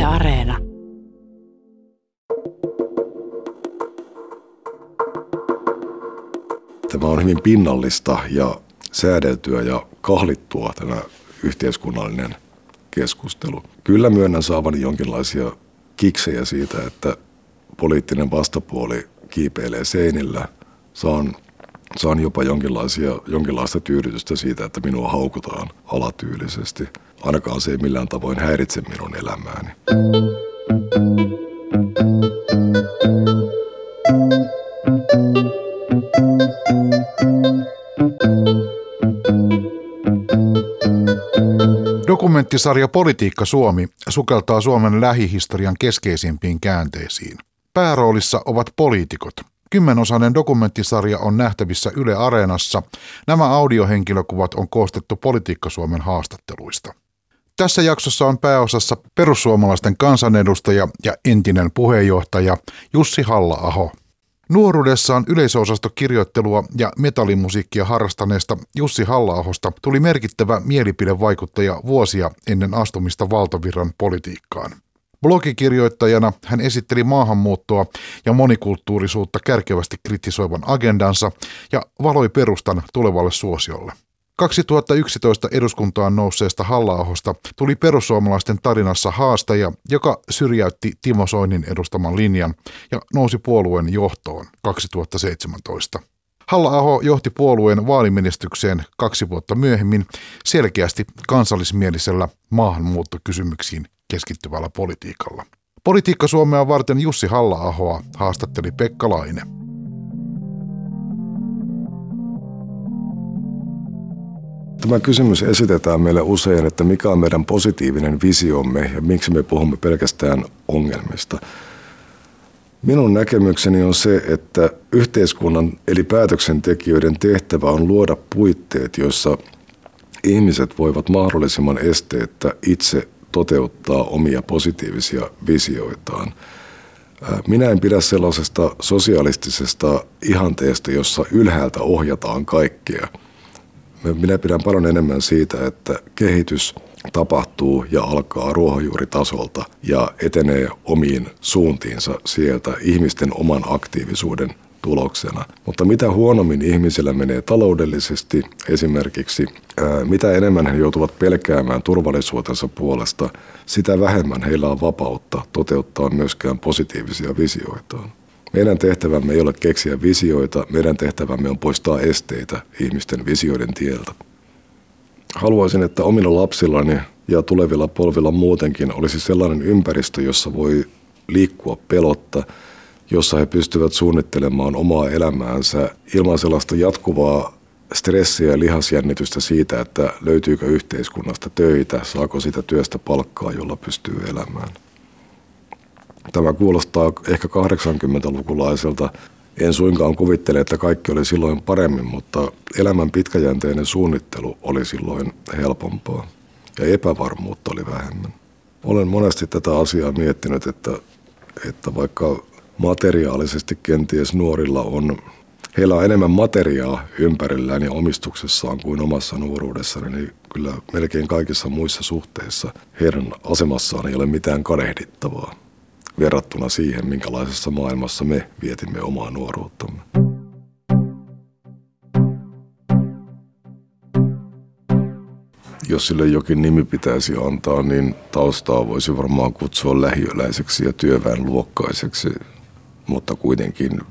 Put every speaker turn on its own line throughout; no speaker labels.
Areena.
Tämä on hyvin pinnallista ja säädeltyä ja kahlittua tämä yhteiskunnallinen keskustelu. Kyllä myönnän saavani jonkinlaisia kiksejä siitä, että poliittinen vastapuoli kiipeilee seinillä. Saan jopa jonkinlaista tyydytystä siitä, että minua haukutaan alatyylisesti. Ainakaan se ei millään tavoin häiritse minun elämääni.
Dokumenttisarja Politiikka Suomi sukeltaa Suomen lähihistorian keskeisimpiin käänteisiin. Pääroolissa ovat poliitikot. 10-osainen dokumenttisarja on nähtävissä Yle Areenassa. Nämä audiohenkilökuvat on koostettu Politiikka Suomen haastatteluista. Tässä jaksossa on pääosassa perussuomalaisten kansanedustaja ja entinen puheenjohtaja Jussi Halla-aho. Nuoruudessaan yleisöosastokirjoittelua ja metallimusiikkia harrastaneesta Jussi Halla-ahosta tuli merkittävä mielipidevaikuttaja vuosia ennen astumista valtavirran politiikkaan. Blogikirjoittajana hän esitteli maahanmuuttoa ja monikulttuurisuutta kärkevästi kritisoivan agendansa ja valoi perustan tulevalle suosiolle. 2011 eduskuntaan nousseesta Halla-ahosta tuli perussuomalaisten tarinassa haastaja, joka syrjäytti Timo Soinin edustaman linjan ja nousi puolueen johtoon 2017. Halla-aho johti puolueen vaalimenestykseen 2 vuotta myöhemmin selkeästi kansallismielisellä maahanmuuttokysymyksiin keskittyvällä politiikalla. Politiikka Suomea varten Jussi Halla-ahoa haastatteli Pekka Laine.
Tämä kysymys esitetään meille usein, että mikä on meidän positiivinen visiomme ja miksi me puhumme pelkästään ongelmista. Minun näkemykseni on se, että yhteiskunnan eli päätöksentekijöiden tehtävä on luoda puitteet, joissa ihmiset voivat mahdollisimman esteettä itse toteuttaa omia positiivisia visioitaan. Minä en pidä sellaisesta sosialistisesta ihanteesta, jossa ylhäältä ohjataan kaikkea. Minä pidän paljon enemmän siitä, että kehitys tapahtuu ja alkaa ruohonjuuritasolta ja etenee omiin suuntiinsa sieltä ihmisten oman aktiivisuuden tuloksena. Mutta mitä huonommin ihmisillä menee taloudellisesti esimerkiksi, mitä enemmän he joutuvat pelkäämään turvallisuutensa puolesta, sitä vähemmän heillä on vapautta toteuttaa myöskään positiivisia visioitaan. Meidän tehtävämme ei ole keksiä visioita, meidän tehtävämme on poistaa esteitä ihmisten visioiden tieltä. Haluaisin, että omilla lapsillani ja tulevilla polvilla muutenkin olisi sellainen ympäristö, jossa voi liikkua pelotta, jossa he pystyvät suunnittelemaan omaa elämäänsä ilman sellaista jatkuvaa stressiä ja lihasjännitystä siitä, että löytyykö yhteiskunnasta töitä, saako sitä työstä palkkaa, jolla pystyy elämään. Tämä kuulostaa ehkä 80-lukulaiselta. En suinkaan kuvittele, että kaikki oli silloin paremmin, mutta elämän pitkäjänteinen suunnittelu oli silloin helpompaa ja epävarmuutta oli vähemmän. Olen monesti tätä asiaa miettinyt, että vaikka materiaalisesti kenties nuorilla heillä on enemmän materiaa ympärillään ja omistuksessaan kuin omassa nuoruudessani, niin kyllä melkein kaikissa muissa suhteissa heidän asemassaan ei ole mitään kadehdittavaa verrattuna siihen, minkälaisessa maailmassa me vietimme omaa nuoruuttamme. Jos sille jokin nimi pitäisi antaa, niin taustaa voisi varmaan kutsua lähiöläiseksi ja työväenluokkaiseksi, mutta kuitenkin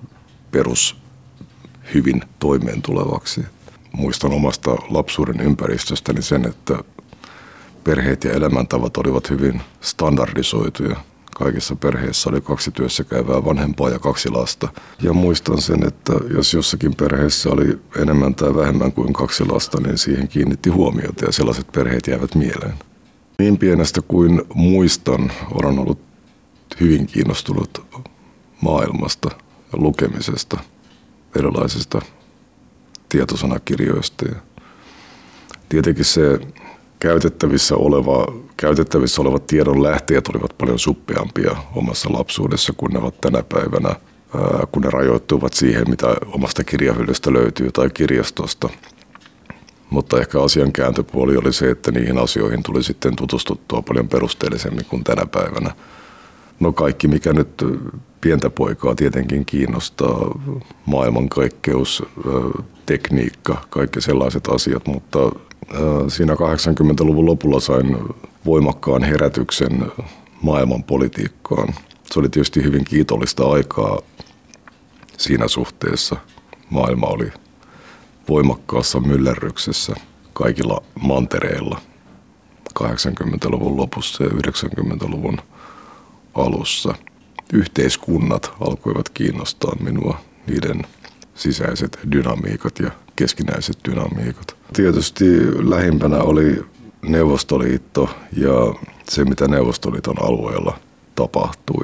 hyvin toimeentulevaksi. Muistan omasta lapsuuden ympäristöstäni sen, että perheet ja elämäntavat olivat hyvin standardisoituja. Kaikissa perheissä oli 2 työssäkäyvää vanhempaa ja 2 lasta. Ja muistan sen, että jos jossakin perheessä oli enemmän tai vähemmän kuin 2 lasta, niin siihen kiinnitti huomiota ja sellaiset perheet jäävät mieleen. Niin pienestä kuin muistan, olen ollut hyvin kiinnostunut maailmasta ja lukemisesta, erilaisista tietosanakirjoista. Ja tietenkin se käytettävissä olevat tiedon lähteet olivat paljon suppeampia omassa lapsuudessa kuin ne ovat tänä päivänä, kun ne rajoittuvat siihen, mitä omasta kirjahyllystä löytyy tai kirjastosta. Mutta ehkä asian kääntöpuoli oli se, että niihin asioihin tuli sitten tutustuttua paljon perusteellisemmin kuin tänä päivänä. No kaikki, mikä nyt pientä poikaa tietenkin kiinnostaa, maailmankaikkeus, tekniikka, kaikki sellaiset asiat, mutta siinä 80-luvun lopulla sain voimakkaan herätyksen maailmanpolitiikkaan. Se oli tietysti hyvin kiitollista aikaa siinä suhteessa. Maailma oli voimakkaassa myllerryksessä kaikilla mantereilla 80-luvun lopussa ja 90-luvun alussa. Yhteiskunnat alkoivat kiinnostaa minua, niiden sisäiset dynamiikat ja keskinäiset dynamiikat. Tietysti lähimpänä oli Neuvostoliitto ja se, mitä Neuvostoliiton alueella tapahtui.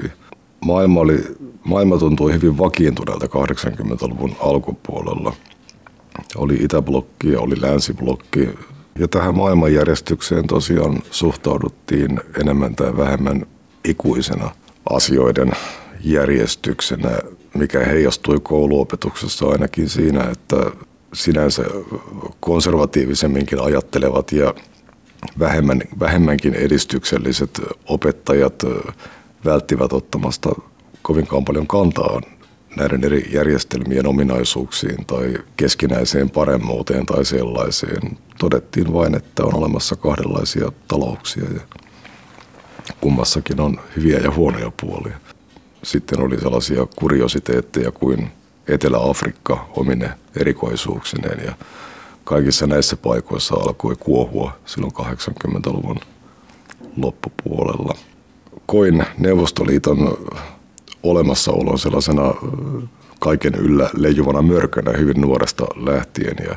Maailma tuntui hyvin vakiintuneelta 80-luvun alkupuolella. Oli itäblokki ja oli länsiblokki. Ja tähän maailmanjärjestykseen tosiaan suhtauduttiin enemmän tai vähemmän ikuisena asioiden järjestyksenä, mikä heijastui kouluopetuksessa ainakin siinä, että sinänsä konservatiivisemminkin ajattelevat ja vähemmänkin edistykselliset opettajat välttivät ottamasta kovinkaan paljon kantaa näiden eri järjestelmien ominaisuuksiin tai keskinäiseen paremmuuteen tai sellaiseen. Todettiin vain, että on olemassa kahdenlaisia talouksia ja kummassakin on hyviä ja huonoja puolia. Sitten oli sellaisia kuriositeetteja kuin Etelä-Afrikka omine erikoisuuksineen ja kaikissa näissä paikoissa alkoi kuohua silloin 80-luvun loppupuolella. Koin Neuvostoliiton olemassaolon sellaisena kaiken yllä leijuvana mörkönä hyvin nuoresta lähtien ja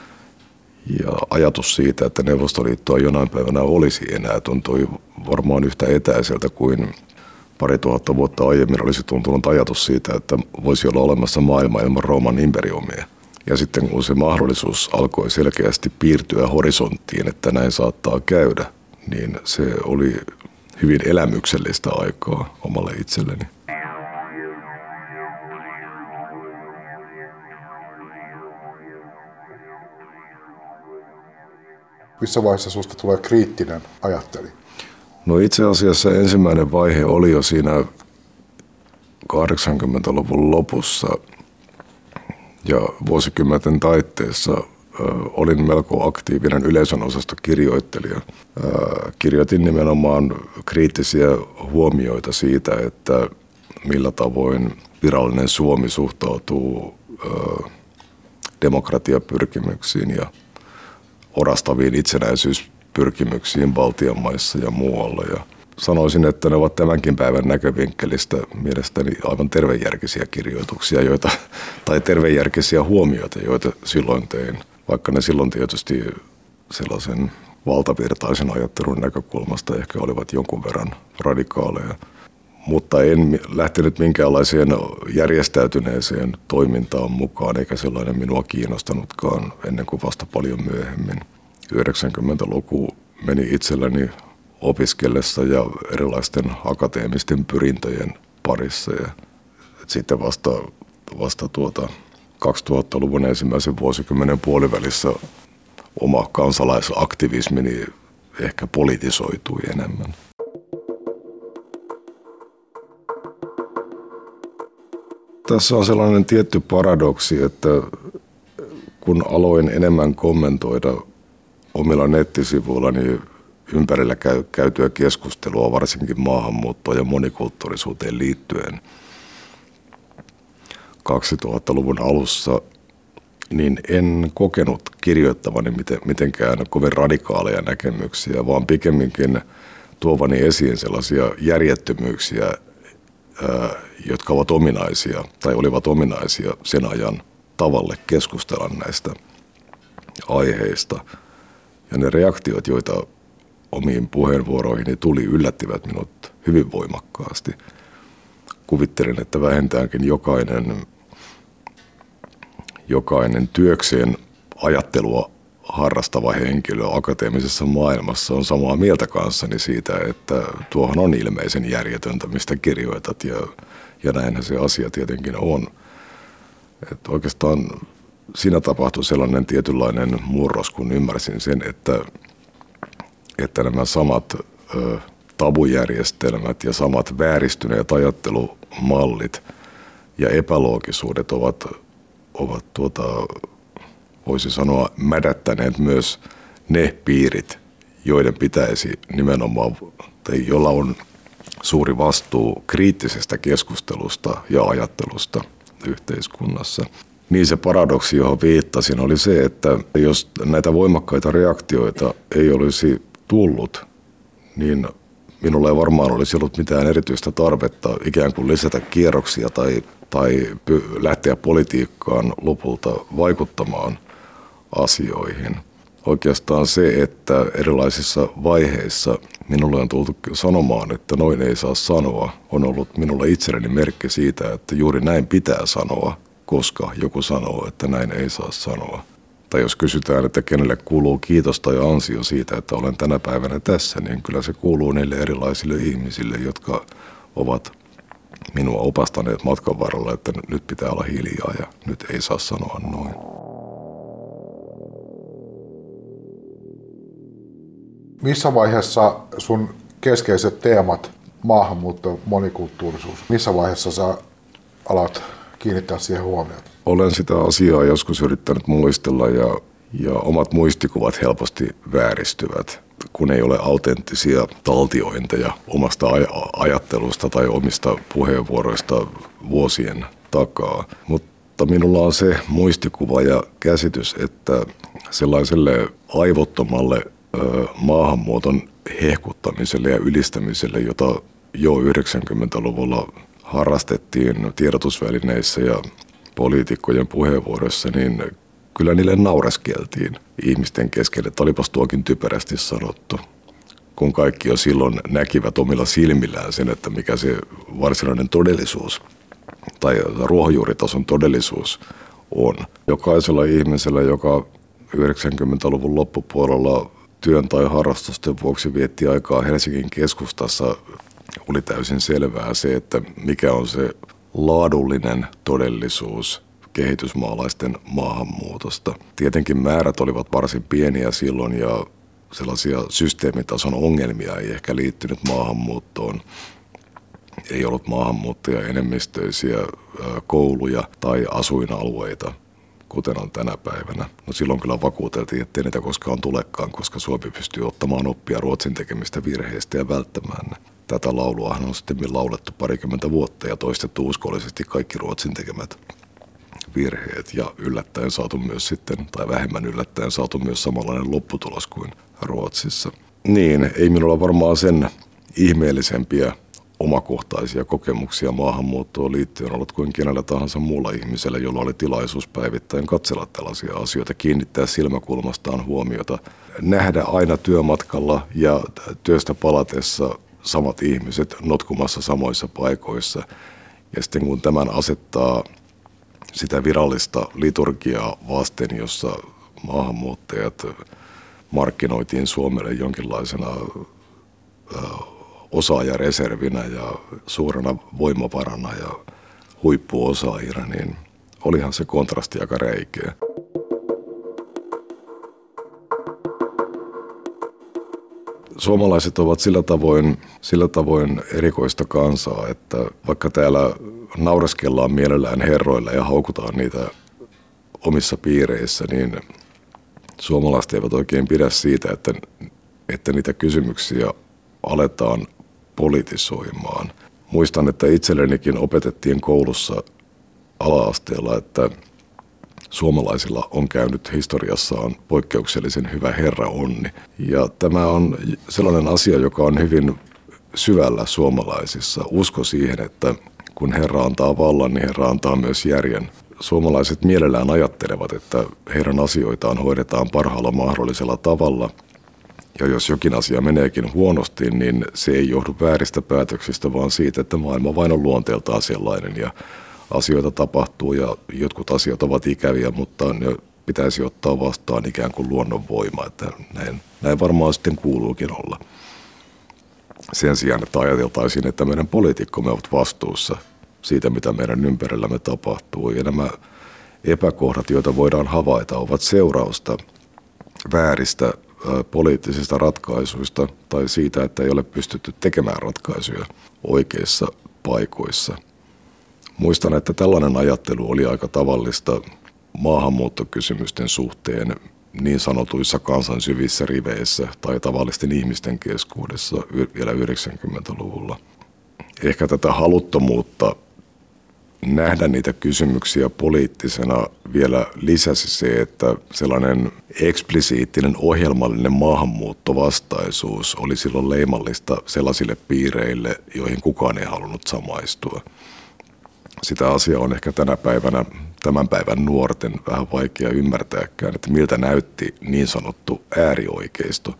ajatus siitä, että Neuvostoliittoa jonain päivänä olisi enää, tuntui varmaan yhtä etäiseltä kuin 2000 vuotta aiemmin olisi tuntunut ajatus siitä, että voisi olla olemassa maailma ilman Rooman imperiumia. Ja sitten kun se mahdollisuus alkoi selkeästi piirtyä horisonttiin, että näin saattaa käydä, niin se oli hyvin elämyksellistä aikaa omalle itselleni.
Missä vaiheessa susta tulee kriittinen ajattelija?
No itse asiassa ensimmäinen vaihe oli jo siinä 80-luvun lopussa ja vuosikymmenten taitteessa olin melko aktiivinen yleisön osastokirjoittelija. Kirjoitin nimenomaan kriittisiä huomioita siitä, että millä tavoin virallinen Suomi suhtautuu demokratiapyrkimyksiin ja orastaviin itsenäisyyspyrkimyksiin Baltian maissa ja muualla. Ja sanoisin, että ne ovat tämänkin päivän näkövinkkelistä mielestäni aivan tervejärkisiä kirjoituksia, tai tervejärkisiä huomioita, joita silloin tein. Vaikka ne silloin tietysti sellaisen valtavirtaisen ajattelun näkökulmasta ehkä olivat jonkun verran radikaaleja. Mutta en lähtenyt minkäänlaiseen järjestäytyneeseen toimintaan mukaan, eikä sellainen minua kiinnostanutkaan ennen kuin vasta paljon myöhemmin. 90-luku meni itselläni opiskellessa ja erilaisten akateemisten pyrintöjen parissa. Ja sitten vasta 2000-luvun ensimmäisen vuosikymmenen puolivälissä oma kansalaisaktivismini ehkä politisoitui enemmän. Tässä on sellainen tietty paradoksi, että kun aloin enemmän kommentoida omilla nettisivuillani ympärillä käytyä keskustelua, varsinkin maahanmuuttoon ja monikulttuurisuuteen liittyen 2000-luvun alussa, niin en kokenut kirjoittavani mitenkään kovin radikaaleja näkemyksiä, vaan pikemminkin tuovani esiin sellaisia järjettömyyksiä, jotka ovat ominaisia tai olivat ominaisia sen ajan tavalle keskustella näistä aiheista. Ja ne reaktiot, joita omiin puheenvuoroihini tuli, yllättivät minut hyvin voimakkaasti. Kuvittelin, että vähintäänkin jokainen työkseen ajattelua harrastava henkilö akateemisessa maailmassa on samaa mieltä kanssani siitä, että tuohon on ilmeisen järjetöntä, mistä kirjoitat, ja näinhän se asia tietenkin on. Että oikeastaan siinä tapahtui sellainen tietynlainen murros, kun ymmärsin sen, että nämä samat tabujärjestelmät ja samat vääristyneet ajattelumallit ja epäloogisuudet ovat voisi sanoa mädättäneet myös ne piirit, joiden pitäisi nimenomaan, tai jolla on suuri vastuu kriittisestä keskustelusta ja ajattelusta yhteiskunnassa. Niin se paradoksi, johon viittasin, oli se, että jos näitä voimakkaita reaktioita ei olisi tullut, niin minulla ei varmaan olisi ollut mitään erityistä tarvetta ikään kuin lisätä kierroksia tai lähteä politiikkaan lopulta vaikuttamaan asioihin. Oikeastaan se, että erilaisissa vaiheissa minulle on tultu sanomaan, että noin ei saa sanoa, on ollut minulle itselleni merkki siitä, että juuri näin pitää sanoa, koska joku sanoo, että näin ei saa sanoa. Tai jos kysytään, että kenelle kuuluu kiitosta ja ansio siitä, että olen tänä päivänä tässä, niin kyllä se kuuluu niille erilaisille ihmisille, jotka ovat minua opastaneet matkan varrella, että nyt pitää olla hiljaa ja nyt ei saa sanoa noin.
Missä vaiheessa sun keskeiset teemat, maahanmuutto, monikulttuurisuus, missä vaiheessa sä alat kiinnittää siihen huomiota?
Olen sitä asiaa joskus yrittänyt muistella ja omat muistikuvat helposti vääristyvät, kun ei ole autenttisia taltiointeja omasta ajattelusta tai omista puheenvuoroista vuosien takaa. Mutta minulla on se muistikuva ja käsitys, että sellaiselle aivottomalle maahanmuuton hehkuttamiselle ja ylistämiselle, jota jo 90-luvulla harrastettiin tiedotusvälineissä ja poliitikkojen puheenvuoroissa, niin kyllä niille naureskeltiin ihmisten kesken, että olipas tuokin typerästi sanottu, kun kaikki jo silloin näkivät omilla silmillään sen, että mikä se varsinainen todellisuus tai ruohonjuuritason todellisuus on. Jokaisella ihmisellä, joka 90-luvun loppupuolella työn tai harrastusten vuoksi vietti aikaa Helsingin keskustassa, oli täysin selvää se, että mikä on se laadullinen todellisuus kehitysmaalaisten maahanmuutosta. Tietenkin määrät olivat varsin pieniä silloin ja sellaisia systeemitason ongelmia ei ehkä liittynyt maahanmuuttoon. Ei ollut maahanmuuttajaenemmistöisiä kouluja tai asuinalueita, kuten on tänä päivänä. No silloin kyllä vakuuteltiin, ettei niitä koskaan tulekaan, koska Suomi pystyy ottamaan oppia Ruotsin tekemistä virheistä ja välttämään ne. Tätä lauluahan on sitten laulettu parikymmentä vuotta ja toistettu uskollisesti kaikki Ruotsin tekemät virheet ja yllättäen saatu myös sitten, tai vähemmän yllättäen saatu myös samanlainen lopputulos kuin Ruotsissa. Niin, ei minulla varmaan sen ihmeellisempiä omakohtaisia kokemuksia maahanmuuttoon liittyen ollut kuin kenellä tahansa muulla ihmisellä, jolla oli tilaisuus päivittäin katsella tällaisia asioita, kiinnittää silmäkulmastaan huomiota, nähdä aina työmatkalla ja työstä palatessa samat ihmiset notkumassa samoissa paikoissa. Ja sitten kun tämän asettaa sitä virallista liturgiaa vasten, jossa maahanmuuttajat markkinoitiin Suomelle jonkinlaisena osaajareservinä ja suurena voimavarana ja huippuosaajina, niin olihan se kontrasti aika räikeä. Suomalaiset ovat sillä tavoin erikoista kansaa, että vaikka täällä naureskellaan mielellään herroille ja haukutaan niitä omissa piireissä, niin suomalaiset eivät oikein pidä siitä, että niitä kysymyksiä aletaan politisoimaan. Muistan, että itsellenikin opetettiin koulussa ala-asteella, että suomalaisilla on käynyt historiassaan poikkeuksellisen hyvä herraonni. Ja tämä on sellainen asia, joka on hyvin syvällä suomalaisissa. Usko siihen, että kun Herra antaa vallan, niin Herra antaa myös järjen. Suomalaiset mielellään ajattelevat, että heidän asioitaan hoidetaan parhaalla mahdollisella tavalla. Ja jos jokin asia meneekin huonosti, niin se ei johdu vääristä päätöksistä, vaan siitä, että maailma vain on luonteeltaan sellainen ja asioita tapahtuu ja jotkut asiat ovat ikäviä, mutta ne pitäisi ottaa vastaan ikään kuin luonnonvoima, että näin varmaan sitten kuuluukin olla. Sen sijaan, että ajateltaisiin, että meidän poliitikkomme ovat vastuussa siitä, mitä meidän ympärillämme tapahtuu. Ja nämä epäkohdat, joita voidaan havaita, ovat seurausta vääristä poliittisista ratkaisuista tai siitä, että ei ole pystytty tekemään ratkaisuja oikeissa paikoissa. Muistan, että tällainen ajattelu oli aika tavallista maahanmuuttokysymysten suhteen niin sanotuissa kansan syvissä riveissä tai tavallisten ihmisten keskuudessa vielä 90-luvulla. Ehkä tätä haluttomuutta nähdä niitä kysymyksiä poliittisena vielä lisäsi se, että sellainen eksplisiittinen ohjelmallinen maahanmuuttovastaisuus oli silloin leimallista sellaisille piireille, joihin kukaan ei halunnut samaistua. Sitä asiaa on ehkä tämän päivän nuorten vähän vaikea ymmärtääkään, että miltä näytti niin sanottu äärioikeisto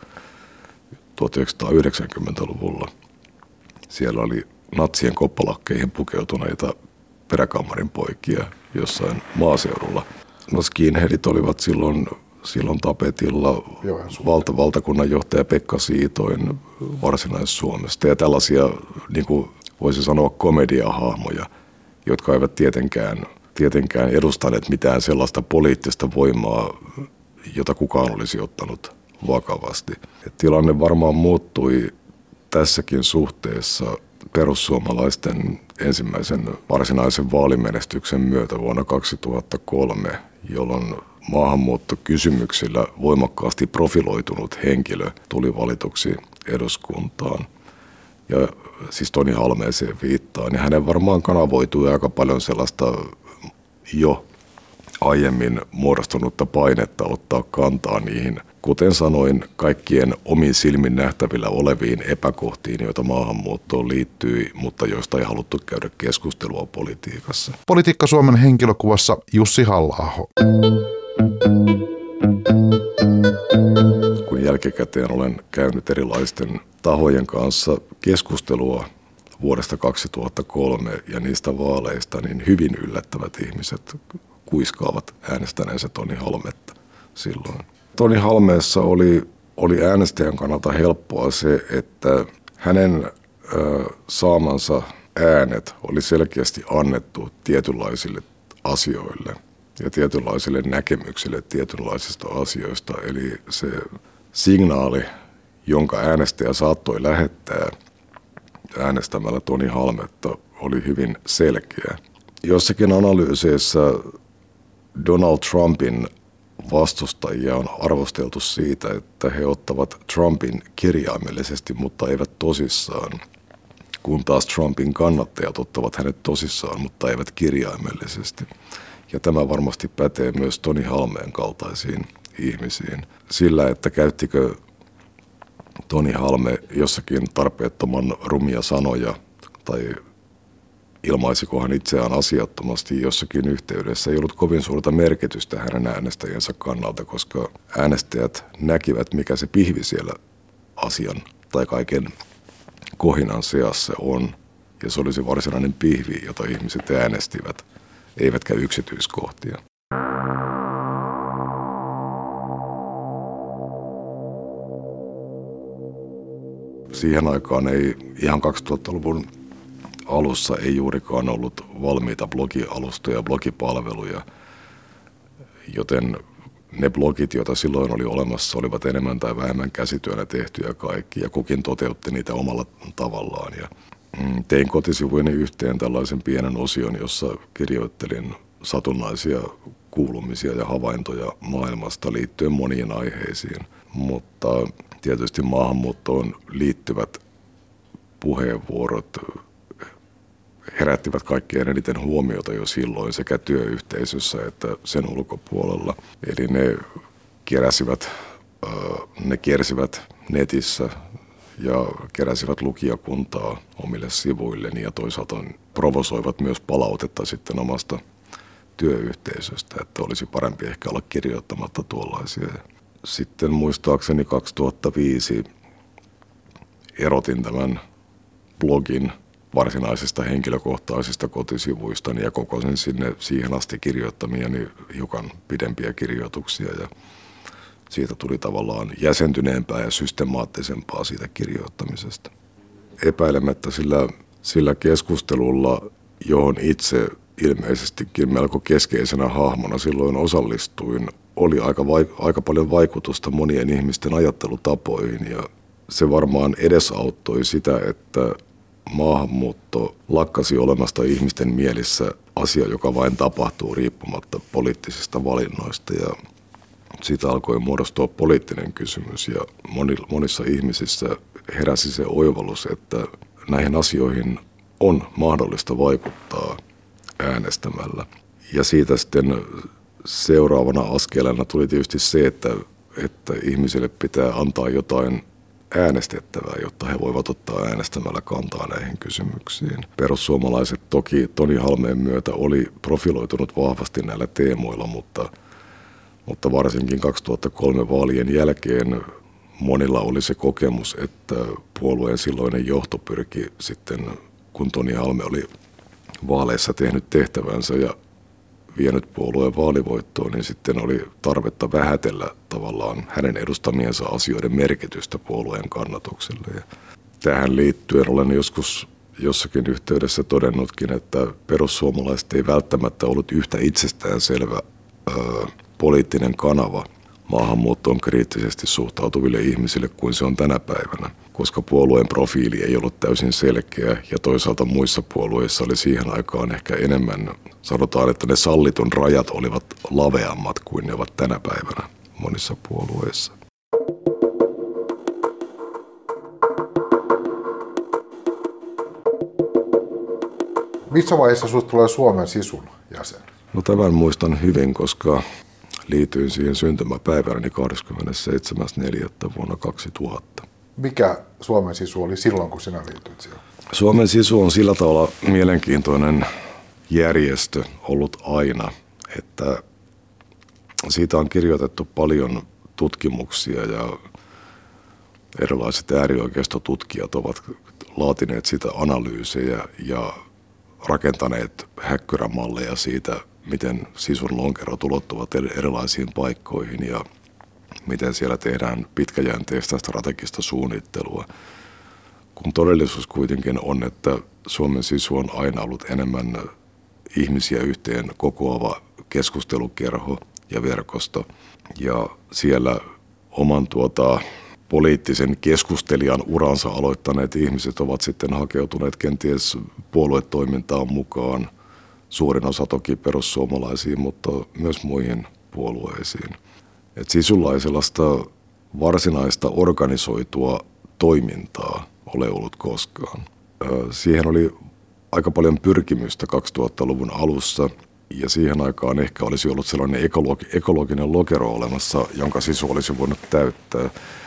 1990-luvulla. Siellä oli natsien koppalakkeihin pukeutuneita peräkammarin poikia jossain maaseudulla. No skinheadit olivat silloin tapetilla, valtakunnan johtaja Pekka Siitoin Varsinais-Suomesta ja tällaisia, niin kuin voisi sanoa, komediahahmoja, jotka eivät tietenkään edustaneet mitään sellaista poliittista voimaa, jota kukaan olisi ottanut vakavasti. Et tilanne varmaan muuttui tässäkin suhteessa perussuomalaisten ensimmäisen varsinaisen vaalimenestyksen myötä vuonna 2003, jolloin maahanmuuttokysymyksillä voimakkaasti profiloitunut henkilö tuli valituksi eduskuntaan. Ja siis Toni Halmeeseen viittaan, ja hänen varmaan kanavoitui aika paljon sellaista jo aiemmin muodostunutta painetta ottaa kantaa niihin, kuten sanoin, kaikkien omin silmin nähtävillä oleviin epäkohtiin, joita maahanmuuttoon liittyy, mutta joista ei haluttu käydä keskustelua politiikassa.
Politiikka Suomen henkilökuvassa Jussi Halla-aho.
Kun jälkikäteen olen käynyt erilaisten tahojen kanssa keskustelua vuodesta 2003 ja niistä vaaleista, niin hyvin yllättävät ihmiset kuiskaavat äänestäneensä Toni Halmetta silloin. Toni Halmeessa oli äänestäjän kannalta helppoa se, että hänen saamansa äänet oli selkeästi annettu tietynlaisille asioille ja tietynlaisille näkemyksille tietynlaisista asioista. Eli se signaali, jonka äänestäjä saattoi lähettää äänestämällä Toni Halmetta, oli hyvin selkeä. Jossakin analyyseissä Donald Trumpin vastustajia on arvosteltu siitä, että he ottavat Trumpin kirjaimellisesti, mutta eivät tosissaan, kun taas Trumpin kannattajat ottavat hänet tosissaan, mutta eivät kirjaimellisesti. Ja tämä varmasti pätee myös Toni Halmeen kaltaisiin ihmisiin. Sillä, että käyttikö Toni Halme jossakin tarpeettoman rumia sanoja tai ilmaisiko hän itseään asiattomasti jossakin yhteydessä, ei ollut kovin suurta merkitystä hänen äänestäjänsä kannalta, koska äänestäjät näkivät, mikä se pihvi siellä asian tai kaiken kohinan seassa on. Ja se oli se varsinainen pihvi, jota ihmiset äänestivät, eivätkä yksityiskohtia. Siihen aikaan ei ihan 2000-luvun alussa ei juurikaan ollut valmiita blogialustoja, blogipalveluja, joten ne blogit, joita silloin oli olemassa, olivat enemmän tai vähemmän käsityönä tehtyjä kaikki, ja kukin toteutti niitä omalla tavallaan. Ja tein kotisivuini yhteen tällaisen pienen osion, jossa kirjoittelin satunnaisia kuulumisia ja havaintoja maailmasta liittyen moniin aiheisiin, mutta tietysti maahanmuuttoon liittyvät puheenvuorot herättivät kaikkein eniten huomiota jo silloin sekä työyhteisössä että sen ulkopuolella. Eli ne kiersivät netissä ja keräsivät lukijakuntaa omille sivuilleen ja toisaalta provosoivat myös palautetta sitten omasta työyhteisöstä, että olisi parempi ehkä olla kirjoittamatta tuollaisia. Sitten muistaakseni 2005 erotin tämän blogin varsinaisista henkilökohtaisista kotisivuistani ja kokosin sinne siihen asti kirjoittamiani hiukan pidempiä kirjoituksia ja siitä tuli tavallaan jäsentyneempää ja systemaattisempaa siitä kirjoittamisesta. Epäilemättä sillä keskustelulla, johon itse ilmeisestikin melko keskeisenä hahmona silloin osallistuin, oli aika paljon vaikutusta monien ihmisten ajattelutapoihin ja se varmaan edesauttoi sitä, että maahanmuutto lakkasi olemasta ihmisten mielissä asia, joka vain tapahtuu riippumatta poliittisista valinnoista ja siitä alkoi muodostua poliittinen kysymys ja monissa ihmisissä heräsi se oivallus, että näihin asioihin on mahdollista vaikuttaa äänestämällä. Ja siitä sitten seuraavana askeleena tuli tietysti se, että ihmisille pitää antaa jotain äänestettävää, jotta he voivat ottaa äänestämällä kantaa näihin kysymyksiin. Perussuomalaiset toki Toni Halmeen myötä oli profiloitunut vahvasti näillä teemoilla, mutta varsinkin 2003 vaalien jälkeen monilla oli se kokemus, että puolueen silloinen johto pyrki sitten, kun Toni Halme oli vaaleissa tehnyt tehtävänsä ja vienyt puolueen vaalivoittoon, niin sitten oli tarvetta vähätellä tavallaan hänen edustamiensa asioiden merkitystä puolueen kannatukselle. Ja tähän liittyen olen joskus jossakin yhteydessä todennutkin, että perussuomalaiset ei välttämättä ollut yhtä itsestäänselvä poliittinen kanava maahanmuuttoon kriittisesti suhtautuville ihmisille kuin se on tänä päivänä, koska puolueen profiili ei ollut täysin selkeä ja toisaalta muissa puolueissa oli siihen aikaan ehkä enemmän, sanotaan, että ne sallitun rajat olivat laveammat kuin ne ovat tänä päivänä monissa puolueissa.
Missä vaiheessa sinusta tulee Suomen Sisun jäsen?
No tämän muistan hyvin, koska liityin siihen syntymäpäivänäni 27.4. vuonna 2000.
Mikä Suomen Sisu oli silloin, kun sinä liityit siihen?
Suomen Sisu on sillä tavalla mielenkiintoinen järjestö ollut aina, että siitä on kirjoitettu paljon tutkimuksia ja erilaiset äärioikeistotutkijat ovat laatineet sitä analyysejä ja rakentaneet häkkyrämalleja siitä, miten Sisun lonkerot ulottuvat erilaisiin paikkoihin ja miten siellä tehdään pitkäjänteistä strategista suunnittelua. Kun todellisuus kuitenkin on, että Suomen Sisu on aina ollut enemmän ihmisiä yhteen kokoava keskustelukerho ja verkosto. Ja siellä oman poliittisen keskustelijan uransa aloittaneet ihmiset ovat sitten hakeutuneet kenties puoluetoimintaan mukaan. Suurin osa toki perussuomalaisiin, mutta myös muihin puolueisiin. Et Sisulla ei sellaista varsinaista organisoitua toimintaa ole ollut koskaan. Siihen oli aika paljon pyrkimystä 2000-luvun alussa ja siihen aikaan ehkä olisi ollut sellainen ekologinen lokero olemassa, jonka Sisu olisi voinut täyttää.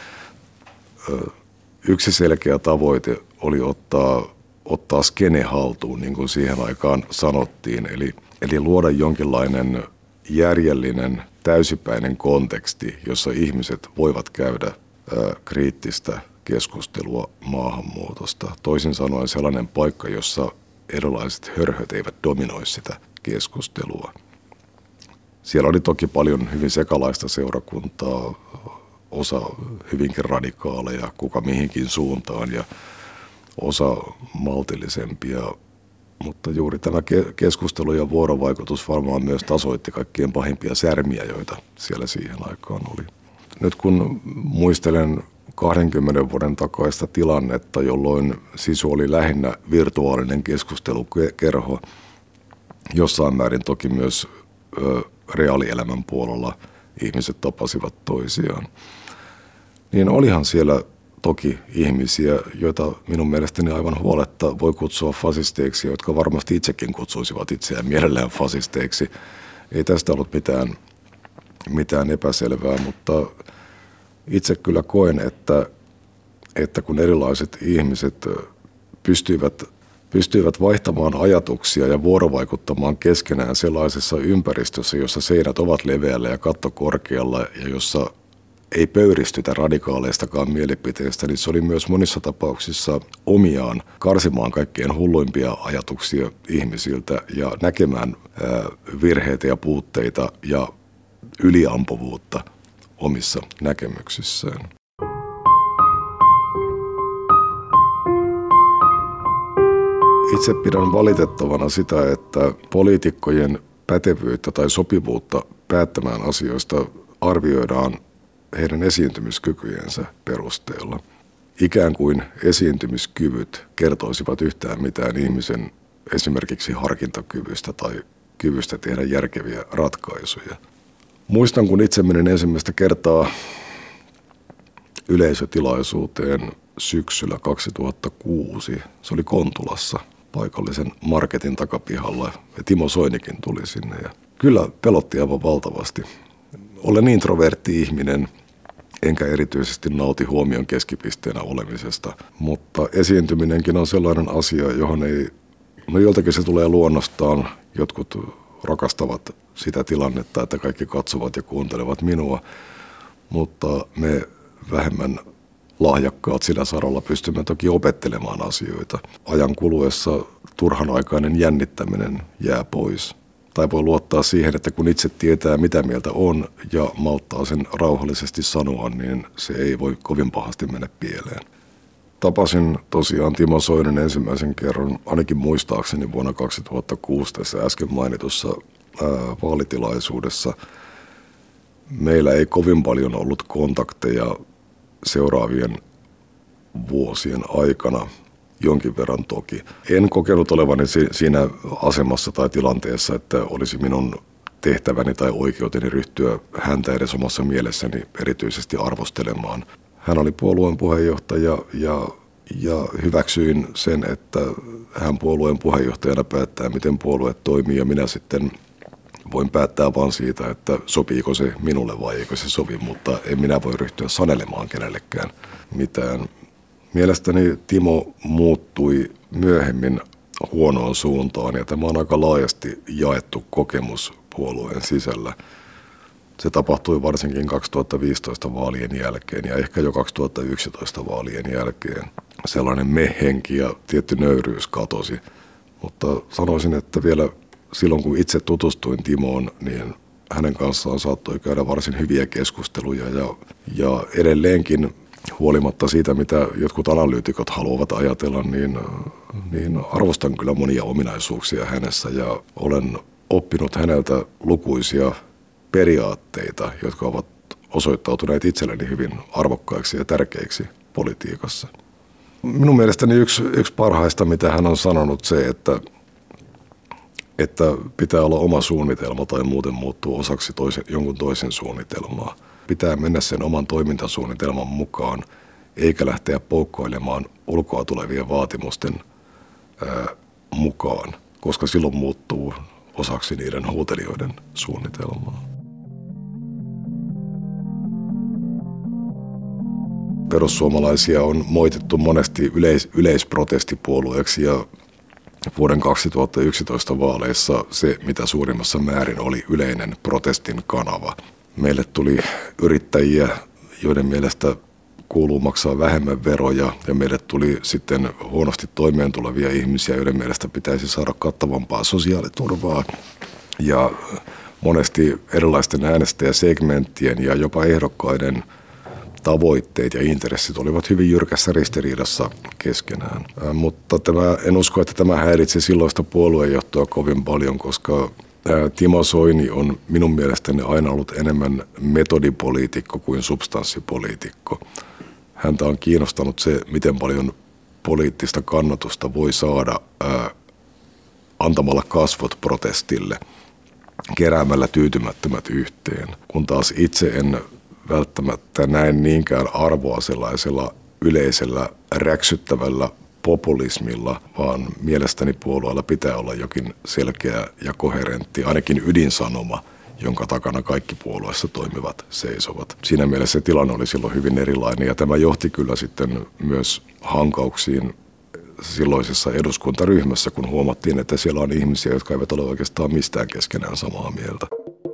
Yksi selkeä tavoite oli ottaa skene haltuun, niin kuin siihen aikaan sanottiin, eli luoda jonkinlainen järjellinen, täysipäinen konteksti, jossa ihmiset voivat käydä kriittistä keskustelua maahanmuutosta. Toisin sanoen sellainen paikka, jossa erilaiset hörhöt eivät dominoi sitä keskustelua. Siellä oli toki paljon hyvin sekalaista seurakuntaa, osa hyvinkin radikaaleja, kuka mihinkin suuntaan ja osa maltillisempia, mutta juuri tämä keskustelu ja vuorovaikutus varmaan myös tasoitti kaikkien pahimpia särmiä, joita siellä siihen aikaan oli. Nyt kun muistelen 20 vuoden takaista tilannetta, jolloin Sisu oli lähinnä virtuaalinen keskustelukerho, jossain määrin toki myös reaalielämän puolella ihmiset tapasivat toisiaan, niin olihan siellä toki ihmisiä, joita minun mielestäni aivan huoletta voi kutsua fasisteiksi, jotka varmasti itsekin kutsuisivat itseään mielellään fasisteiksi. Ei tästä ollut mitään epäselvää, mutta itse kyllä koen, että kun erilaiset ihmiset pystyivät vaihtamaan ajatuksia ja vuorovaikuttamaan keskenään sellaisessa ympäristössä, jossa seinät ovat leveällä ja katto korkealla ja jossa ei pöyristytä radikaaleistakaan mielipiteistä, niin se oli myös monissa tapauksissa omiaan karsimaan kaikkein hulluimpia ajatuksia ihmisiltä ja näkemään virheitä ja puutteita ja yliampuvuutta omissa näkemyksissään. Itse pidän valitettavana sitä, että poliitikkojen pätevyyttä tai sopivuutta päättämään asioista arvioidaan heidän esiintymiskykyjensä perusteella. Ikään kuin esiintymiskyvyt kertoisivat yhtään mitään ihmisen esimerkiksi harkintakyvystä tai kyvystä tehdä järkeviä ratkaisuja. Muistan, kun itse menin ensimmäistä kertaa yleisötilaisuuteen syksyllä 2006. Se oli Kontulassa paikallisen marketin takapihalla ja Timo Soinikin tuli sinne. Ja kyllä pelotti aivan valtavasti. Olen introvertti ihminen, enkä erityisesti nauti huomion keskipisteenä olemisesta, mutta esiintyminenkin on sellainen asia, johon ei, joltakin se tulee luonnostaan. Jotkut rakastavat sitä tilannetta, että kaikki katsovat ja kuuntelevat minua, mutta me vähemmän lahjakkaat sillä saralla pystymme toki opettelemaan asioita. Ajan kuluessa turhanaikainen jännittäminen jää pois. Tai voi luottaa siihen, että kun itse tietää mitä mieltä on ja malttaa sen rauhallisesti sanoa, niin se ei voi kovin pahasti mennä pieleen. Tapasin tosiaan Timo Soinin ensimmäisen kerran, ainakin muistaakseni vuonna 2006 tässä äsken mainitussa vaalitilaisuudessa. Meillä ei kovin paljon ollut kontakteja seuraavien vuosien aikana, jonkin verran toki. En kokenut olevani siinä asemassa tai tilanteessa, että olisi minun tehtäväni tai oikeuteni ryhtyä häntä edes omassa mielessäni erityisesti arvostelemaan. Hän oli puolueen puheenjohtaja ja hyväksyin sen, että hän puolueen puheenjohtajana päättää, miten puolue toimii, ja minä sitten voin päättää vain siitä, että sopiiko se minulle vai eikö se sovi, mutta en minä voi ryhtyä sanelemaan kenellekään mitään. Mielestäni Timo muuttui myöhemmin huonoon suuntaan, ja tämä on aika laajasti jaettu kokemus puolueen sisällä. Se tapahtui varsinkin 2015 vaalien jälkeen ja ehkä jo 2011 vaalien jälkeen. Sellainen me-henki ja tietty nöyryys katosi, mutta sanoisin, että vielä silloin kun itse tutustuin Timoon, niin hänen kanssaan saattoi käydä varsin hyviä keskusteluja ja edelleenkin huolimatta siitä, mitä jotkut analyytikot haluavat ajatella, niin arvostan kyllä monia ominaisuuksia hänessä ja olen oppinut häneltä lukuisia periaatteita, jotka ovat osoittautuneet itselleni hyvin arvokkaiksi ja tärkeiksi politiikassa. Minun mielestäni yksi parhaista, mitä hän on sanonut, se, että pitää olla oma suunnitelma tai muuten muuttuu osaksi jonkun toisen suunnitelmaa. Pitää mennä sen oman toimintasuunnitelman mukaan, eikä lähteä poukkoilemaan ulkoa tulevien vaatimusten mukaan, koska silloin muuttuu osaksi niiden huutelijoiden suunnitelmaa. Perussuomalaisia on moitettu monesti yleisprotestipuolueeksi ja vuoden 2011 vaaleissa se, mitä suurimmassa määrin oli yleinen protestin kanava. Meille tuli yrittäjiä, joiden mielestä kuuluu maksaa vähemmän veroja, ja meille tuli sitten huonosti toimeentulevia ihmisiä, joiden mielestä pitäisi saada kattavampaa sosiaaliturvaa. Ja monesti erilaisten äänestäjäsegmenttien ja jopa ehdokkaiden tavoitteet ja intressit olivat hyvin jyrkässä ristiriidassa keskenään. Mutta en usko, että tämä häiritsi silloista puoluejohtoa kovin paljon, koska Timo Soini on minun mielestäni aina ollut enemmän metodipoliitikko kuin substanssipoliitikko. Häntä on kiinnostanut se, miten paljon poliittista kannatusta voi saada antamalla kasvot protestille, keräämällä tyytymättömät yhteen, kun taas itse en välttämättä näe niinkään arvoa sellaisella yleisellä räksyttävällä populismilla, vaan mielestäni puolueella pitää olla jokin selkeä ja koherentti, ainakin ydinsanoma, jonka takana kaikki puolueessa toimivat seisovat. Siinä mielessä tilanne oli silloin hyvin erilainen, ja tämä johti kyllä sitten myös hankauksiin silloisessa eduskuntaryhmässä, kun huomattiin, että siellä on ihmisiä, jotka eivät ole oikeastaan mistään keskenään samaa mieltä.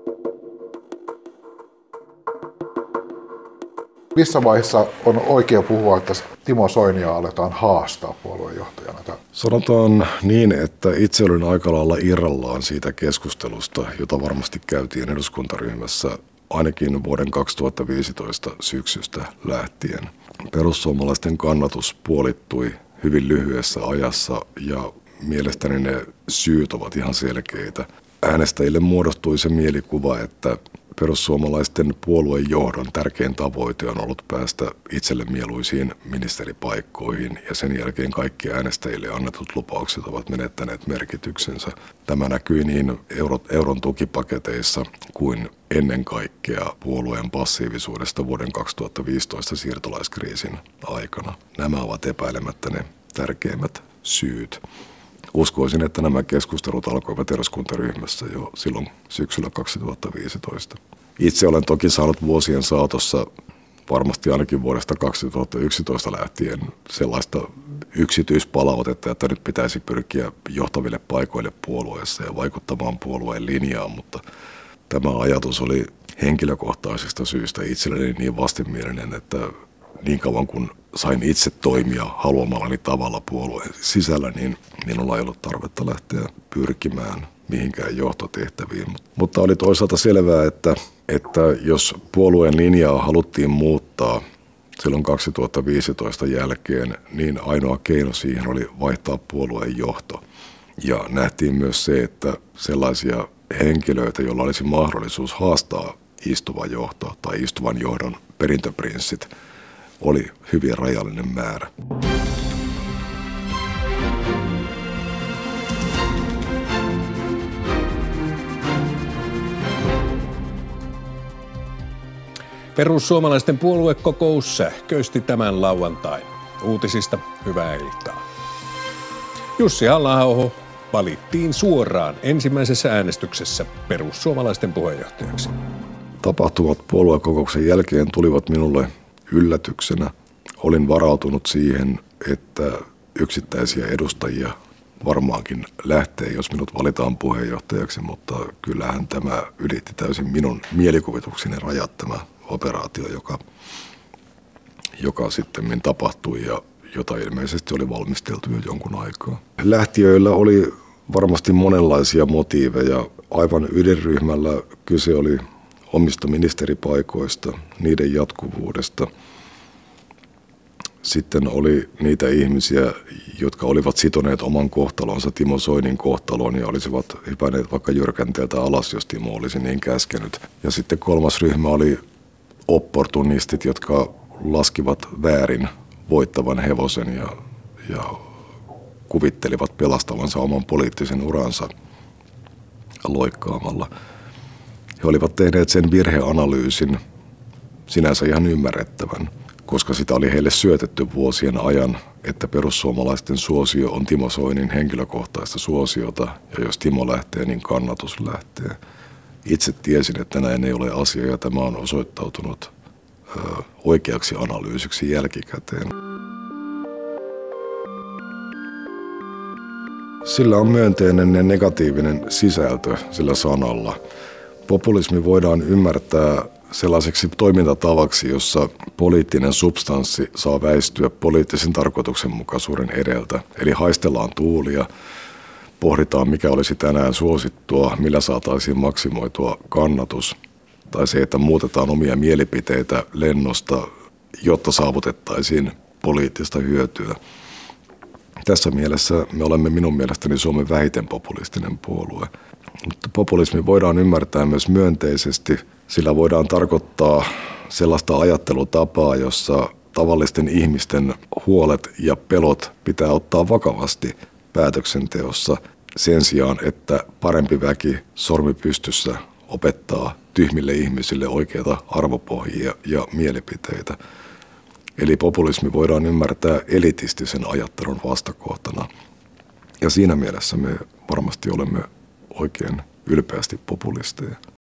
Missä vaiheessa on oikea puhua, että Timo Soinia aletaan haastaa puoluejohtajana?
Sanotaan niin, että itse olin aika lailla irrallaan siitä keskustelusta, jota varmasti käytiin eduskuntaryhmässä ainakin vuoden 2015 syksystä lähtien. Perussuomalaisten kannatus puolittui hyvin lyhyessä ajassa ja mielestäni ne syyt ovat ihan selkeitä. Äänestäjille muodostui se mielikuva, että perussuomalaisten puolueen johdon tärkein tavoite on ollut päästä itselle mieluisiin ministeripaikkoihin ja sen jälkeen kaikki äänestäjille annetut lupaukset ovat menettäneet merkityksensä. Tämä näkyi niin euron tukipaketeissa kuin ennen kaikkea puolueen passiivisuudesta vuoden 2015 siirtolaiskriisin aikana. Nämä ovat epäilemättä ne tärkeimmät syyt. Uskoisin, että nämä keskustelut alkoivat eduskuntaryhmässä jo silloin syksyllä 2015. Itse olen toki saanut vuosien saatossa, varmasti ainakin vuodesta 2011 lähtien, sellaista yksityispalautetta, että nyt pitäisi pyrkiä johtaville paikoille puolueessa ja vaikuttamaan puolueen linjaan, mutta tämä ajatus oli henkilökohtaisista syistä itselleni niin vastenmielinen, että niin kauan kun sain itse toimia haluamallani tavalla puolueen sisällä, niin minulla ei ollut tarvetta lähteä pyrkimään mihinkään johtotehtäviin. Mutta oli toisaalta selvää, että jos puolueen linjaa haluttiin muuttaa silloin 2015 jälkeen, niin ainoa keino siihen oli vaihtaa puolueen johto. Ja nähtiin myös se, että sellaisia henkilöitä, joilla olisi mahdollisuus haastaa istuva johto tai istuvan johdon perintöprinssit, oli hyvin rajallinen määrä.
Perussuomalaisten puoluekokous sähköisti tämän lauantain. Uutisista hyvää iltaa. Jussi Halla-aho valittiin suoraan ensimmäisessä äänestyksessä perussuomalaisten puheenjohtajaksi.
Tapahtumat puoluekokouksen jälkeen tulivat minulle yllätyksenä. Olin varautunut siihen, että yksittäisiä edustajia varmaankin lähtee, jos minut valitaan puheenjohtajaksi, mutta kyllähän tämä ylitti täysin minun mielikuvitukseni rajat, tämä operaatio, joka sitten tapahtui ja jota ilmeisesti oli valmisteltu jo jonkun aikaa. Lähtiöillä oli varmasti monenlaisia motiiveja. Aivan ydinryhmällä kyse oli omista ministeripaikoista, niiden jatkuvuudesta. Sitten oli niitä ihmisiä, jotka olivat sitoneet oman kohtalonsa Timo Soinin kohtaloon ja olisivat hypänneet vaikka jyrkänteeltä alas, jos Timo olisi niin käskenyt. Ja sitten kolmas ryhmä oli opportunistit, jotka laskivat väärin voittavan hevosen ja kuvittelivat pelastavansa oman poliittisen uransa loikkaamalla. He olivat tehneet sen virheanalyysin, sinänsä ihan ymmärrettävän, koska sitä oli heille syötetty vuosien ajan, että perussuomalaisten suosio on Timo Soinin henkilökohtaista suosiota, ja jos Timo lähtee, niin kannatus lähtee. Itse tiesin, että näin ei ole asia, ja tämä on osoittautunut oikeaksi analyysiksi jälkikäteen. Sillä on myönteinen ja negatiivinen sisältö sillä sanalla. Populismi voidaan ymmärtää sellaiseksi toimintatavaksi, jossa poliittinen substanssi saa väistyä poliittisen tarkoituksenmukaisuuden edeltä. Eli haistellaan tuulia, pohditaan mikä olisi tänään suosittua, millä saataisiin maksimoitua kannatus. Tai se, että muutetaan omia mielipiteitä lennosta, jotta saavutettaisiin poliittista hyötyä. Tässä mielessä me olemme minun mielestäni Suomen vähiten populistinen puolue. Mutta populismi voidaan ymmärtää myös myönteisesti, sillä voidaan tarkoittaa sellaista ajattelutapaa, jossa tavallisten ihmisten huolet ja pelot pitää ottaa vakavasti päätöksenteossa sen sijaan, että parempi väki sormi pystyssä opettaa tyhmille ihmisille oikeita arvopohjia ja mielipiteitä. Eli populismi voidaan ymmärtää elitistisen ajattelun vastakohtana. Ja siinä mielessä me varmasti olemme oikein ylpeästi populisteja.